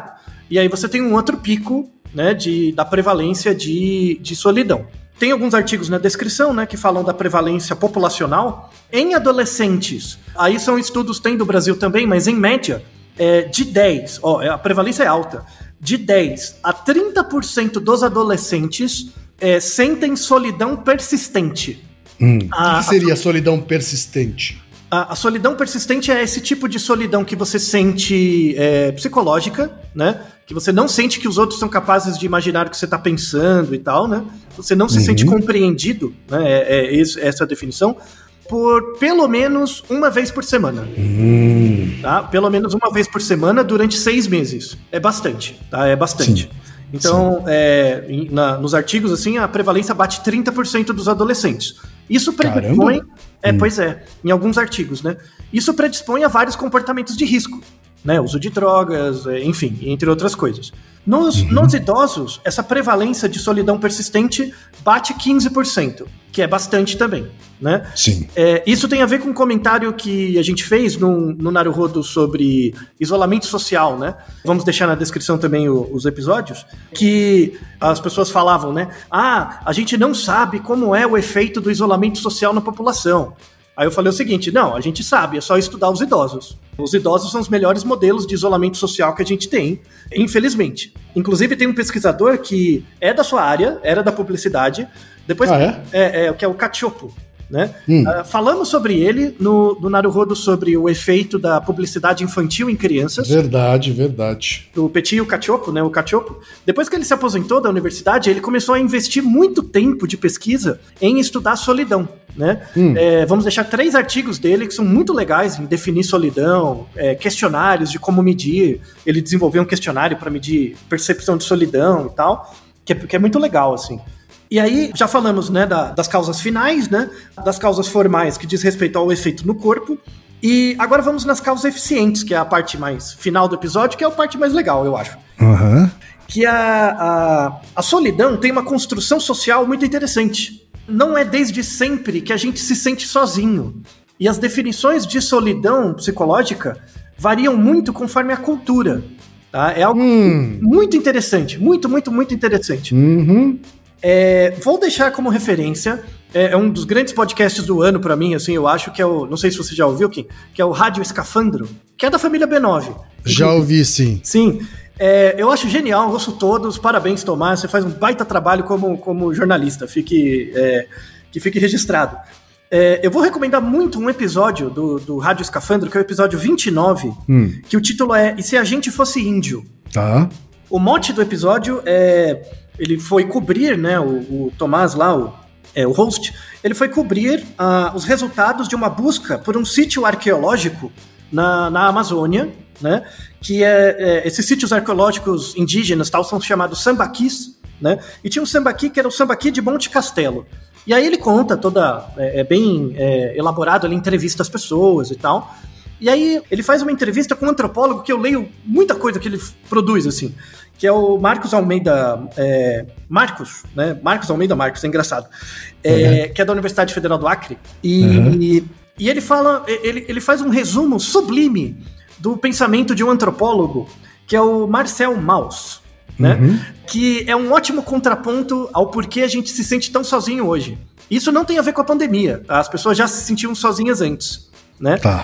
e aí você tem um outro pico, né, de, da prevalência de, de solidão. Tem alguns artigos na descrição, né, que falam da prevalência populacional em adolescentes. Aí são estudos, tem do Brasil também, mas em média, é, de dez, ó, a prevalência é alta, de dez a trinta por cento dos adolescentes é, sentem solidão persistente. Hum. A, o que seria a solidão persistente? A, a solidão persistente é esse tipo de solidão que você sente é, psicológica, né? Que você não sente que os outros são capazes de imaginar o que você está pensando e tal, né? Você não se uhum. sente compreendido, né? É, é esse, essa a definição, por pelo menos uma vez por semana. Uhum. Tá? Pelo menos uma vez por semana durante seis meses. É bastante, tá? É bastante. Sim. Então, é, na, nos artigos, assim, a prevalência bate trinta por cento dos adolescentes. Isso predispõe... Caramba. É, hum. Pois é, em alguns artigos, né? Isso predispõe a vários comportamentos de risco, né? Uso de drogas, enfim, entre outras coisas. Nos, uhum. nos idosos, essa prevalência de solidão persistente bate quinze por cento, que é bastante também, né? Sim. É, isso tem a ver com um comentário que a gente fez no, no Naruhodo sobre isolamento social, né? Vamos deixar na descrição também o, os episódios, que as pessoas falavam, né? Ah, a gente não sabe como é o efeito do isolamento social na população. Aí eu falei o seguinte, não, a gente sabe, é só estudar os idosos. Os idosos são os melhores modelos de isolamento social que a gente tem, infelizmente. Inclusive tem um pesquisador que é da sua área, era da publicidade, depois ah, é? É, é, que é o Cacioppo, né? Hum. Uh, falamos sobre ele no, no Naruhodo sobre o efeito da publicidade infantil em crianças. Verdade, verdade. O Petit e o Cacioppo, né? O Cacioppo. Depois que ele se aposentou da universidade, ele começou a investir muito tempo de pesquisa em estudar solidão, né? Hum. É, vamos deixar três artigos dele que são muito legais em definir solidão, é, questionários de como medir. Ele desenvolveu um questionário para medir percepção de solidão e tal, que é, que é muito legal, assim. E aí, já falamos, né, da, das causas finais, né, das causas formais que diz respeito ao efeito no corpo, e agora vamos nas causas eficientes, que é a parte mais final do episódio, que é a parte mais legal, eu acho. Uhum. Que a, a, a solidão tem uma construção social muito interessante. Não é desde sempre que a gente se sente sozinho, e as definições de solidão psicológica variam muito conforme a cultura, tá? É algo hum. muito interessante, muito, muito, muito interessante. Uhum. É, vou deixar como referência, é, é um dos grandes podcasts do ano pra mim, assim, eu acho que é o, não sei se você já ouviu, Kim, que é o Rádio Escafandro, que é da família B nove. Já ouvi, sim. Sim, é, eu acho genial, ouço todos, parabéns, Tomás, você faz um baita trabalho como, como jornalista, fique, é, que fique registrado. É, eu vou recomendar muito um episódio do, do Rádio Escafandro, que é o episódio vinte e nove, hum. que o título é E se a gente fosse índio? Tá. O mote do episódio é... Ele foi cobrir, né, o, o Tomás lá, o, é, o host, ele foi cobrir uh, os resultados de uma busca por um sítio arqueológico na, na Amazônia, né, que é, é, esses sítios arqueológicos indígenas tal, são chamados sambaquis, né, e tinha um sambaqui que era o sambaqui de Monte Castelo. E aí ele conta toda, é, é bem é, elaborado, ele entrevista as pessoas e tal. E aí ele faz uma entrevista com um antropólogo que eu leio muita coisa que ele produz, assim, que é o Marcos Almeida, é, Marcos, né, Marcos Almeida Marcos, é engraçado, é, uhum. que é da Universidade Federal do Acre, e, uhum. e, e ele fala, ele, ele faz um resumo sublime do pensamento de um antropólogo, que é o Marcel Mauss, né, uhum. que é um ótimo contraponto ao porquê a gente se sente tão sozinho hoje. Isso não tem a ver com a pandemia, tá? As pessoas já se sentiam sozinhas antes, né? Tá.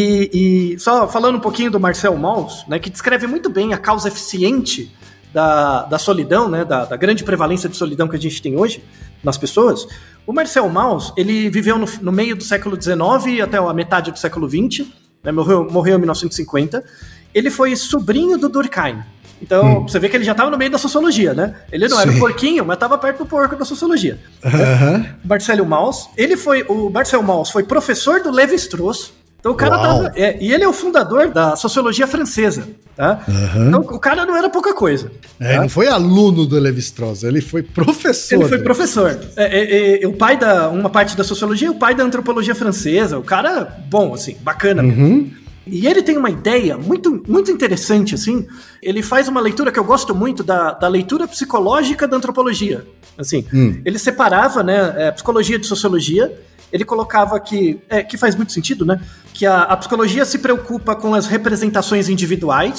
E, e só falando um pouquinho do Marcel Mauss, né, que descreve muito bem a causa eficiente da, da solidão, né, da, da grande prevalência de solidão que a gente tem hoje nas pessoas. O Marcel Mauss, ele viveu no, no meio do século dezenove até a metade do século vinte, né, morreu, morreu em mil novecentos e cinquenta. Ele foi sobrinho do Durkheim. Então, hum. você vê que ele já estava no meio da sociologia, né? Ele não Sim. era um porquinho, mas estava perto do porco da sociologia. Uhum. Né? Marcel Mauss, ele foi, o Marcel Mauss foi professor do Lévi-Strauss. Então o cara tava, é, e ele é o fundador da sociologia francesa, tá? Uhum. Então o cara não era pouca coisa. É, tá? Não foi aluno do Lévi-Strauss, ele foi professor. Ele foi professor. É, é, é, o pai da, uma parte da sociologia, o pai da antropologia francesa. O cara, bom, assim, bacana. Uhum. E ele tem uma ideia muito, muito interessante, assim. Ele faz uma leitura que eu gosto muito da, da leitura psicológica da antropologia. Assim, hum. ele separava, né, é, psicologia de sociologia. Ele colocava que, é, que faz muito sentido, né? Que a, a psicologia se preocupa com as representações individuais,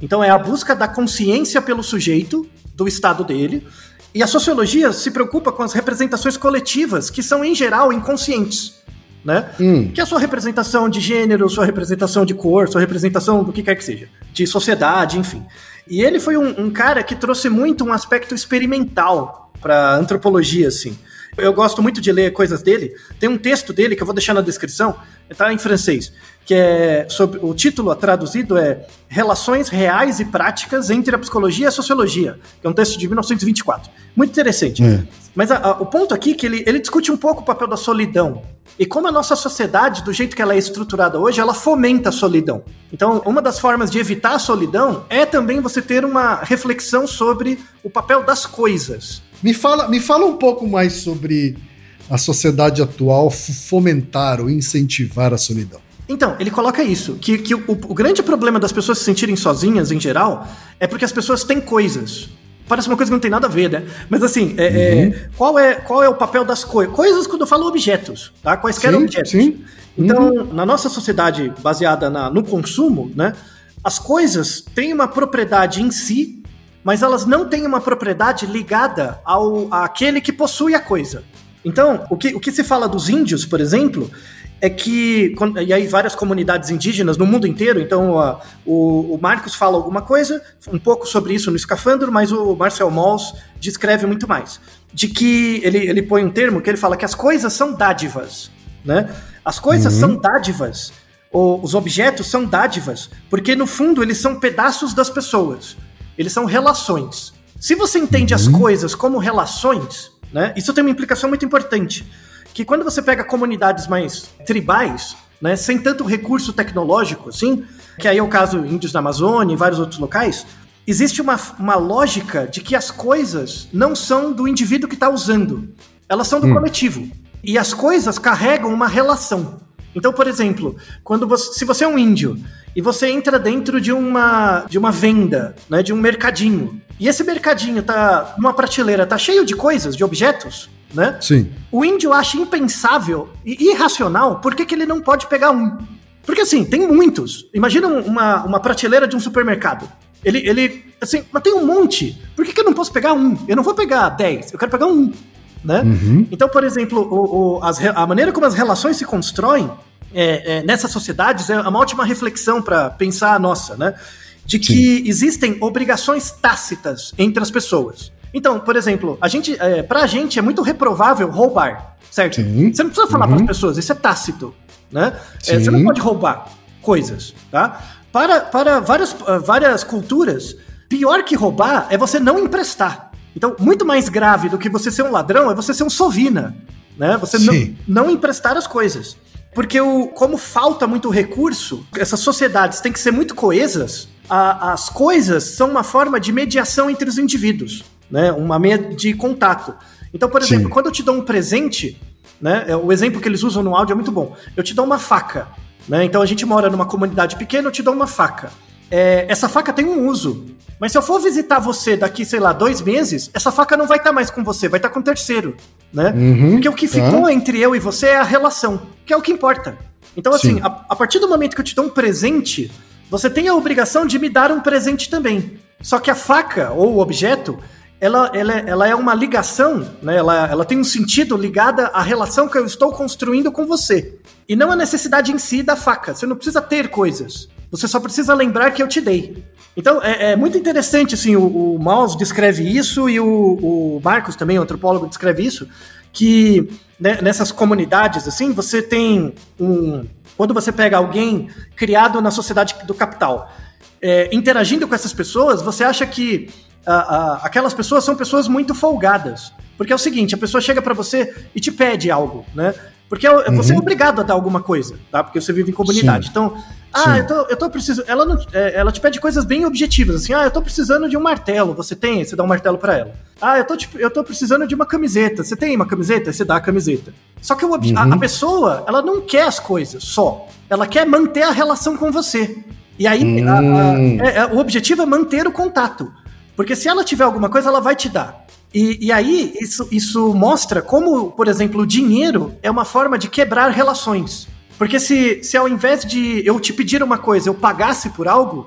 Então é a busca da consciência pelo sujeito, do estado dele, e a sociologia se preocupa com as representações coletivas, que são, em geral, inconscientes, né? Hum. Que é a sua representação de gênero, sua representação de cor, sua representação do que quer que seja, de sociedade, enfim. E ele foi um, um cara que trouxe muito um aspecto experimental para antropologia, assim. Eu gosto muito de ler coisas dele. Tem um texto dele que eu vou deixar na descrição, tá em francês, que é sobre, o título traduzido é Relações Reais e Práticas entre a Psicologia e a Sociologia, que é um texto de mil novecentos e vinte e quatro. Muito interessante. É. Mas a, a, o ponto aqui é que ele, ele discute um pouco o papel da solidão. E como a nossa sociedade, do jeito que ela é estruturada hoje, ela fomenta a solidão. Então, uma das formas de evitar a solidão é também você ter uma reflexão sobre o papel das coisas. Me fala, me fala um pouco mais sobre a sociedade atual fomentar ou incentivar a solidão. Então, ele coloca isso, que, que o, o grande problema das pessoas se sentirem sozinhas, em geral, é porque as pessoas têm coisas. Parece uma coisa que não tem nada a ver, né? Mas assim, é, uhum. é, qual, é, qual é o papel das coisas? Coisas, quando eu falo objetos, tá? Quaisquer sim, objetos. Sim. Então, uhum. na nossa sociedade baseada na, no consumo, né? As coisas têm uma propriedade em si, mas elas não têm uma propriedade ligada ao, àquele que possui a coisa. Então, o que, o que se fala dos índios, por exemplo, é que, e aí várias comunidades indígenas no mundo inteiro, então a, o, o Marcos fala alguma coisa, um pouco sobre isso no Escafandro, mas o Marcel Mauss descreve muito mais, de que ele, ele põe um termo que ele fala que as coisas são dádivas, né? As coisas uhum. são dádivas, ou os objetos são dádivas, porque no fundo eles são pedaços das pessoas, eles são relações. Se você entende uhum. as coisas como relações, né, isso tem uma implicação muito importante, que quando você pega comunidades mais tribais, né, sem tanto recurso tecnológico, assim, que aí é o caso índios da Amazônia e vários outros locais, existe uma, uma lógica de que as coisas não são do indivíduo que está usando, elas são do hum. coletivo. E as coisas carregam uma relação. Então, por exemplo, quando você, se você é um índio e você entra dentro de uma, de uma venda, né, de um mercadinho, e esse mercadinho tá numa prateleira, tá cheio de coisas, de objetos, né? Sim. O índio acha impensável e irracional por que que ele não pode pegar um. Porque assim, tem muitos. Imagina uma, uma prateleira de um supermercado. Ele, ele assim, mas tem um monte. Por que que eu não posso pegar um? Eu não vou pegar dez, eu quero pegar um. Né? Uhum. Então, por exemplo, o, o, as, a maneira como as relações se constroem é, é, nessas sociedades é uma ótima reflexão para pensar a nossa, né? De que Sim. existem obrigações tácitas entre as pessoas. Então, por exemplo, a gente, é, pra gente é muito reprovável roubar, certo? Sim. Você não precisa falar uhum. para as pessoas, isso é tácito, né? É, você não pode roubar coisas, tá? Para, para várias, várias culturas, pior que roubar é você não emprestar. Então, muito mais grave do que você ser um ladrão é você ser um sovina, né? Você não, não emprestar as coisas. Porque o, como falta muito recurso, essas sociedades têm que ser muito coesas, a, as coisas são uma forma de mediação entre os indivíduos, né? Uma meia de contato. Então, por exemplo, Sim. quando eu te dou um presente, né? O exemplo que eles usam no áudio é muito bom. Eu te dou uma faca, né? Então a gente mora numa comunidade pequena, eu te dou uma faca. É, essa faca tem um uso. Mas se eu for visitar você daqui, sei lá, dois meses, essa faca não vai estar tá mais com você, vai estar tá com o terceiro, né? Uhum, Porque o que ficou tá. entre eu e você é a relação, que é o que importa. Então, assim, a, a partir do momento que eu te dou um presente, você tem a obrigação de me dar um presente também. Só que a faca, ou o objeto, ela, ela, ela é uma ligação, né? ela, ela tem um sentido ligada à relação que eu estou construindo com você. E não a necessidade em si da faca. Você não precisa ter coisas. Você só precisa lembrar que eu te dei. Então, é, é muito interessante, assim, o, o Mauss descreve isso e o, o Marcos também, o antropólogo, descreve isso, que né, nessas comunidades, assim, você tem um... Quando você pega alguém criado na sociedade do capital, é, interagindo com essas pessoas, você acha que a, a, aquelas pessoas são pessoas muito folgadas. Porque é o seguinte, a pessoa chega pra você e te pede algo, né? Porque você uhum. é obrigado a dar alguma coisa, tá? Porque você vive em comunidade. Sim. Então, ah, eu tô, eu tô precisando... Ela, não, ela te pede coisas bem objetivas, assim, ah, eu tô precisando de um martelo, você tem? Você dá um martelo pra ela. Ah, eu tô, tipo, eu tô precisando de uma camiseta, você tem uma camiseta? Você dá a camiseta. Só que o, uhum. a, a pessoa, ela não quer as coisas só, ela quer manter a relação com você. E aí, uhum. a, a, é, é, o objetivo é manter o contato. Porque se ela tiver alguma coisa, ela vai te dar. E, e aí, isso, isso mostra como, por exemplo, o dinheiro é uma forma de quebrar relações. Porque se, se ao invés de eu te pedir uma coisa, eu pagasse por algo,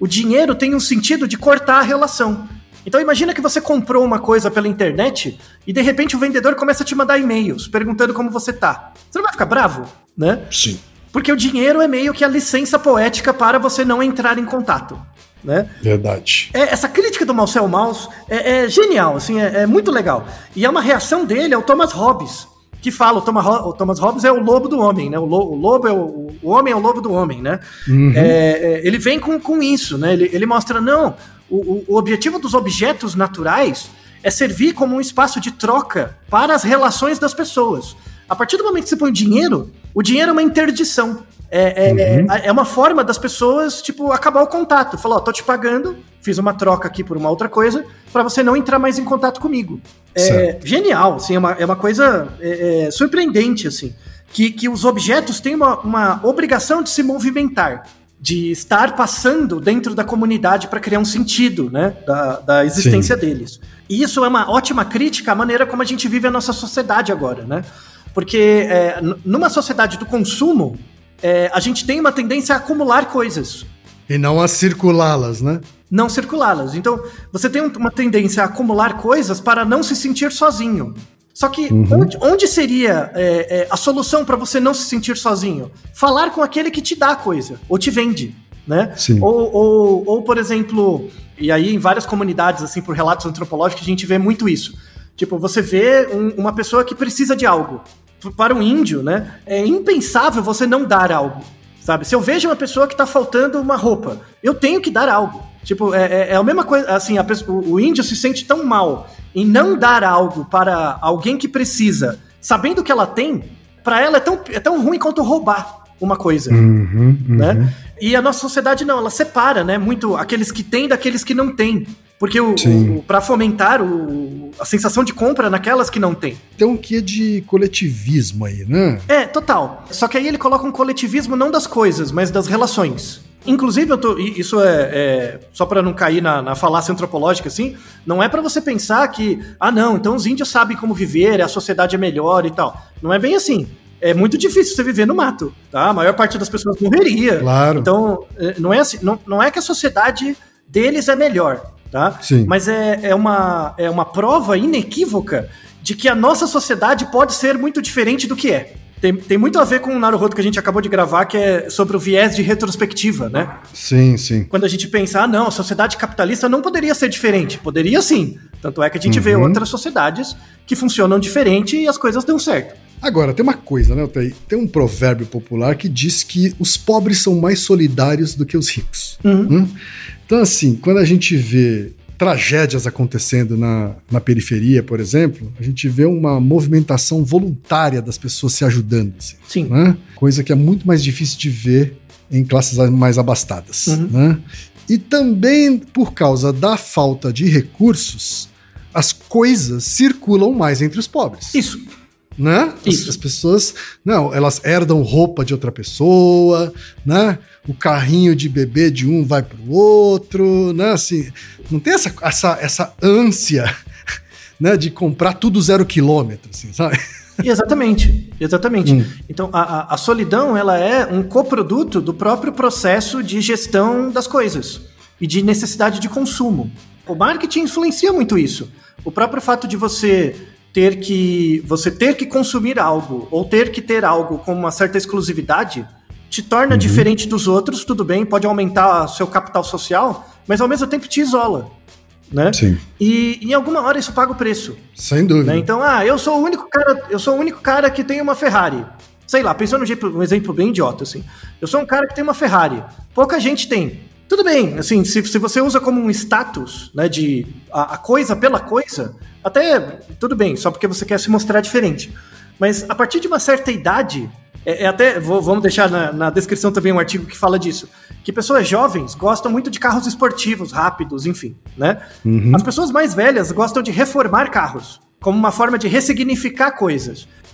o dinheiro tem um sentido de cortar a relação. Então imagina que você comprou uma coisa pela internet e de repente o vendedor começa a te mandar e-mails perguntando como você tá. Você não vai ficar bravo, né? Sim. Porque o dinheiro é meio que a licença poética para você não entrar em contato, né? Verdade. É, essa crítica do Marcel Mauss é, é genial, assim, é, é muito legal. E é uma reação dele ao Thomas Hobbes, que fala, o Thomas, o Thomas Hobbes é o lobo do homem, né? O, lo, o lobo é o, o homem é o lobo do homem, né? Uhum. É, ele vem com, com isso, né? Ele, ele mostra, não, o, o objetivo dos objetos naturais é servir como um espaço de troca para as relações das pessoas. A partir do momento que você põe o dinheiro, o dinheiro é uma interdição. É, é, uhum. é, é uma forma das pessoas, tipo, acabar o contato. Falar, ó, tô te pagando, fiz uma troca aqui por uma outra coisa, pra você não entrar mais em contato comigo. É genial, assim, é uma, é uma coisa é, é, surpreendente, assim, que, que os objetos têm uma, uma obrigação de se movimentar, de estar passando dentro da comunidade para criar um sentido, né, da, da existência Sim. deles. E isso é uma ótima crítica à maneira como a gente vive a nossa sociedade agora, né? Porque é, numa sociedade do consumo, é, a gente tem uma tendência a acumular coisas. E não a circulá-las, né? Não circulá-las. Então, você tem uma tendência a acumular coisas para não se sentir sozinho. Só que uhum. onde, onde seria é, é, a solução para você não se sentir sozinho? Falar com aquele que te dá a coisa, ou te vende, né? Sim. Ou, ou, ou, por exemplo, e aí em várias comunidades, assim, por relatos antropológicos, a gente vê muito isso. Tipo, você vê um, uma pessoa que precisa de algo. Para um índio, né, é impensável você não dar algo, sabe? Se eu vejo uma pessoa que tá faltando uma roupa, eu tenho que dar algo. Tipo, é, é a mesma coisa, assim, a pessoa, o, o índio se sente tão mal em não dar algo para alguém que precisa, sabendo que ela tem, para ela é tão, é tão ruim quanto roubar uma coisa, uhum, uhum. né? E a nossa sociedade não, ela separa, né, muito aqueles que têm daqueles que não têm. Porque o, o, para fomentar o, a sensação de compra naquelas que não tem. Tem um quê de coletivismo aí, né? É, total. Só que aí ele coloca um coletivismo não das coisas, mas das relações. Inclusive, eu tô, isso é, é só para não cair na, na falácia antropológica, assim, não é para você pensar que, ah não, então os índios sabem como viver, a sociedade é melhor e tal. Não é bem assim. É muito difícil você viver no mato, tá? A maior parte das pessoas morreria. Claro. Então, não é, assim, não, não é que a sociedade deles é melhor. Tá? Sim. Mas é, é, uma, é uma prova inequívoca de que a nossa sociedade pode ser muito diferente do que é. Tem, tem muito a ver com o Naruhodo que a gente acabou de gravar, que é sobre o viés de retrospectiva, né? Sim, sim. Quando a gente pensa, ah não, a sociedade capitalista não poderia ser diferente. Poderia sim. Tanto é que a gente uhum. vê outras sociedades que funcionam diferente e as coisas dão certo. Agora, tem uma coisa, né, Otávio? Tem um provérbio popular que diz que os pobres são mais solidários do que os ricos. Uhum. Hum? Então, assim, quando a gente vê tragédias acontecendo na, na periferia, por exemplo, a gente vê uma movimentação voluntária das pessoas se ajudando. Assim, Sim. Né? Coisa que é muito mais difícil de ver em classes mais abastadas. Uhum. Né? E também, por causa da falta de recursos, as coisas circulam mais entre os pobres. Isso. Né? As, as pessoas, não, elas herdam roupa de outra pessoa, né? O carrinho de bebê de um vai pro outro, né? Assim, não tem essa, essa, essa ânsia, né, de comprar tudo zero quilômetro, assim, sabe? Exatamente, exatamente. Hum. Então, a, a, a solidão, ela é um coproduto do próprio processo de gestão das coisas e de necessidade de consumo. O marketing influencia muito isso. O próprio fato de você ter que você ter que consumir algo ou ter que ter algo com uma certa exclusividade te torna uhum. diferente dos outros, tudo bem, pode aumentar seu capital social, mas ao mesmo tempo te isola, né? Sim. E em alguma hora isso paga o preço. Sem dúvida. Né? Então, ah, eu sou o único cara, eu sou o único cara que tem uma Ferrari. Sei lá, pensando num exemplo bem idiota, assim. Eu sou um cara que tem uma Ferrari. Pouca gente tem. Tudo bem, assim, se, se você usa como um status, né, de a, a coisa pela coisa, até tudo bem, só porque você quer se mostrar diferente. Mas a partir de uma certa idade, é, é até, vou, vamos deixar na, na descrição também um artigo que fala disso, que pessoas jovens gostam muito de carros esportivos, rápidos, enfim, né? Uhum. As pessoas mais velhas gostam de reformar carros, como uma forma de ressignificar coisas.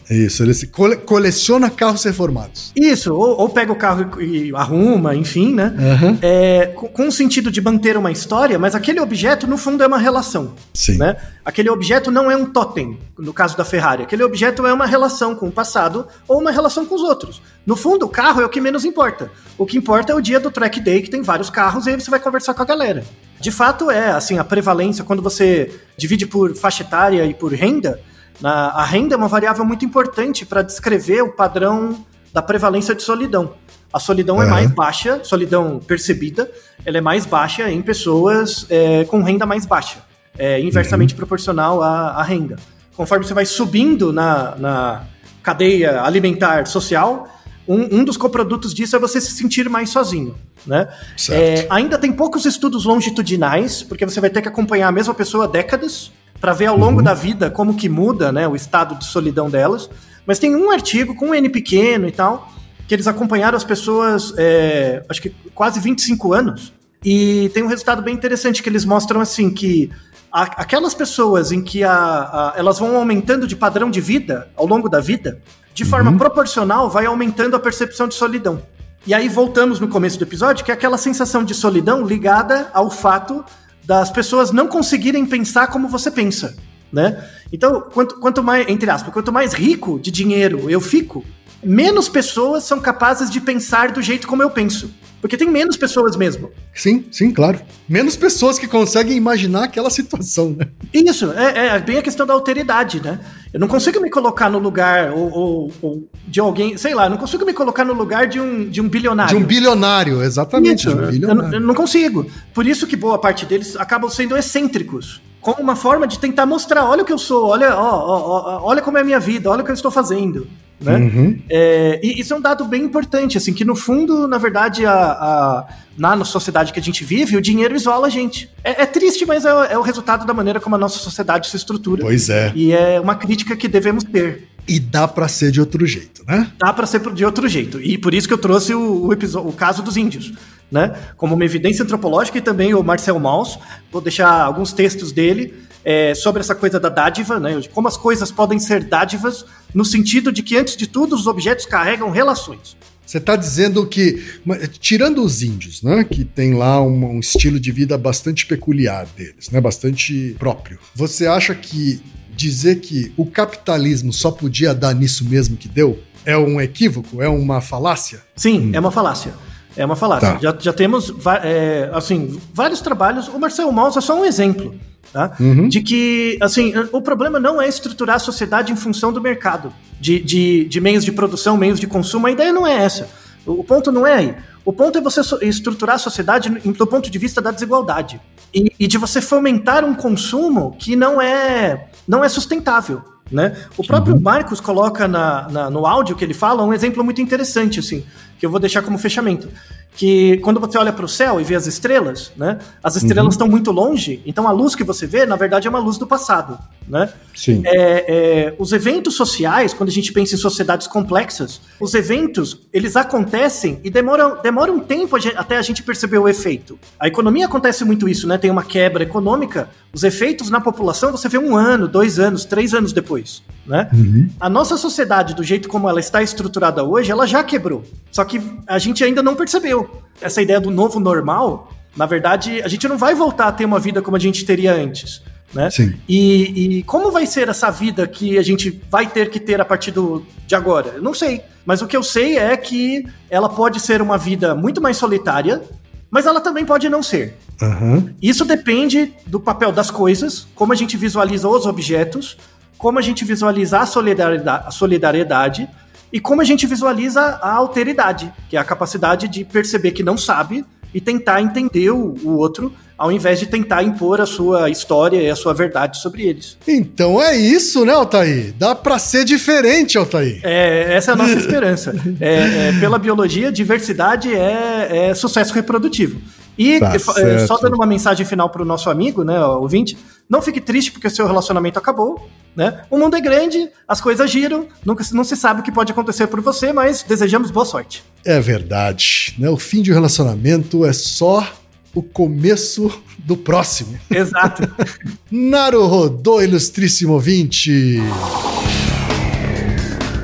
Isso, ele se cole- coleciona carros reformados. Isso, ou, ou pega o carro e, e arruma, enfim, né? Uhum. É, com, com o sentido de manter uma história, mas aquele objeto, no fundo, é uma relação. Sim. Né? Aquele objeto não é um totem, no caso da Ferrari. Aquele objeto é uma relação com o passado ou uma relação com os outros. No fundo, o carro é o que menos importa. O que importa é o dia do track day, que tem vários carros, e aí você vai conversar com a galera. De fato, é assim, a prevalência, quando você divide por faixa etária e por renda, na, a renda é uma variável muito importante para descrever o padrão da prevalência de solidão. A solidão uhum. é mais baixa, solidão percebida, ela é mais baixa em pessoas é, com renda mais baixa, é, inversamente uhum. proporcional à, à renda. Conforme você vai subindo na, na cadeia alimentar social, um, um dos coprodutos disso é você se sentir mais sozinho. Né? É, ainda tem poucos estudos longitudinais, porque você vai ter que acompanhar a mesma pessoa há décadas, para ver ao longo uhum. da vida como que muda, né, o estado de solidão delas. Mas tem um artigo com um N pequeno e tal, que eles acompanharam as pessoas, é, acho que quase vinte e cinco anos, e tem um resultado bem interessante, que eles mostram assim, que a, aquelas pessoas em que a, a, elas vão aumentando de padrão de vida ao longo da vida, de uhum. forma proporcional vai aumentando a percepção de solidão. E aí voltamos no começo do episódio, que é aquela sensação de solidão ligada ao fato das pessoas não conseguirem pensar como você pensa, né? Então, quanto, quanto mais, entre aspas, quanto mais rico de dinheiro eu fico, menos pessoas são capazes de pensar do jeito como eu penso. Porque tem menos pessoas mesmo. Sim, sim, claro. Menos pessoas que conseguem imaginar aquela situação, né? Isso, é, é bem a questão da alteridade, né? Eu não consigo me colocar no lugar ou, ou, ou de alguém, sei lá, eu não consigo me colocar no lugar de um, de um bilionário. De um bilionário, exatamente. Isso, de um bilionário. Eu, eu não consigo. Por isso que boa parte deles acabam sendo excêntricos. Como uma forma de tentar mostrar, olha o que eu sou, olha, ó, ó, ó, olha como é a minha vida, olha o que eu estou fazendo. Né? Uhum. É, e isso é um dado bem importante, assim, que no fundo, na verdade, a, a, na sociedade que a gente vive, o dinheiro isola a gente. É, é triste, mas é, é o resultado da maneira como a nossa sociedade se estrutura. Pois é. E é uma crítica que devemos ter. E dá pra ser de outro jeito, né? Dá pra ser de outro jeito. E por isso que eu trouxe o, o, episódio, o caso dos índios, né? Como uma evidência antropológica, e também o Marcel Mauss. Vou deixar alguns textos dele é, sobre essa coisa da dádiva, né? De como as coisas podem ser dádivas, no sentido de que, antes de tudo, os objetos carregam relações. Você está dizendo que, tirando os índios, né, que tem lá um, um estilo de vida bastante peculiar deles, né, bastante próprio, você acha que dizer que o capitalismo só podia dar nisso mesmo que deu é um equívoco, é uma falácia? Sim, hum. é uma falácia. É uma falácia. Tá. Já, já temos é, assim, vários trabalhos. O Marcel Mauss é só um exemplo, tá? Uhum. De que assim, o problema não é estruturar a sociedade em função do mercado, de, de, de meios de produção, meios de consumo. A ideia não é essa. O ponto não é aí. O ponto é você estruturar a sociedade do ponto de vista da desigualdade e, e de você fomentar um consumo que não é, não é sustentável. Né? O próprio uhum. Marcos coloca na, na, no áudio que ele fala um exemplo muito interessante, assim, que eu vou deixar como fechamento. Que quando você olha para o céu e vê as estrelas, né, as estrelas estão uhum. muito longe, então a luz que você vê, na verdade, é uma luz do passado. Né? Sim. É, é, os eventos sociais, quando a gente pensa em sociedades complexas, os eventos, eles acontecem e demoram, demoram um tempo a gente, até a gente perceber o efeito. A economia acontece muito isso, né? Tem uma quebra econômica, os efeitos na população você vê um ano, dois anos, três anos depois. Né? Uhum. A nossa sociedade, do jeito como ela está estruturada hoje, ela já quebrou. Só que a gente ainda não percebeu. Essa ideia do novo normal, na verdade, a gente não vai voltar a ter uma vida como a gente teria antes. Né? Sim. E, e como vai ser essa vida que a gente vai ter que ter a partir do, de agora? Eu não sei. Mas o que eu sei é que ela pode ser uma vida muito mais solitária, mas ela também pode não ser. Uhum. Isso depende do papel das coisas, como a gente visualiza os objetos, como a gente visualiza a solidariedade, a solidariedade e como a gente visualiza a alteridade, que é a capacidade de perceber que não sabe e tentar entender o, o outro, ao invés de tentar impor a sua história e a sua verdade sobre eles. Então é isso, né, Altair? Dá pra ser diferente, Altair. É, essa é a nossa esperança. É, é, pela biologia, diversidade é, é sucesso reprodutivo. E tá é, só dando uma mensagem final pro nosso amigo, né, ouvinte, não fique triste porque o seu relacionamento acabou, né? O mundo é grande, as coisas giram, nunca, não se sabe o que pode acontecer por você, mas desejamos boa sorte. É verdade, né? O fim de um relacionamento é só o começo do próximo. Exato. Naruhodô, ilustríssimo ouvinte.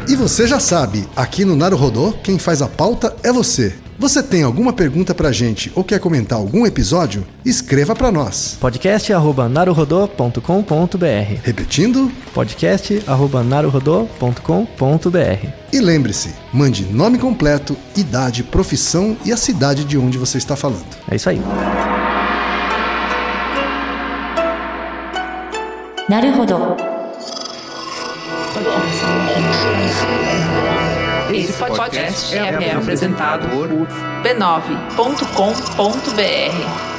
E você já sabe, aqui no Naruhodô, quem faz a pauta é você. Você tem alguma pergunta pra gente ou quer comentar algum episódio? Escreva pra nós. podcast arroba naruhodô ponto com ponto b r. Repetindo? podcast arroba naruhodô ponto com ponto b r. E lembre-se, mande nome completo, idade, profissão e a cidade de onde você está falando. É isso aí. Naruhodô. Esse podcast é apresentado por b nove ponto com ponto b r.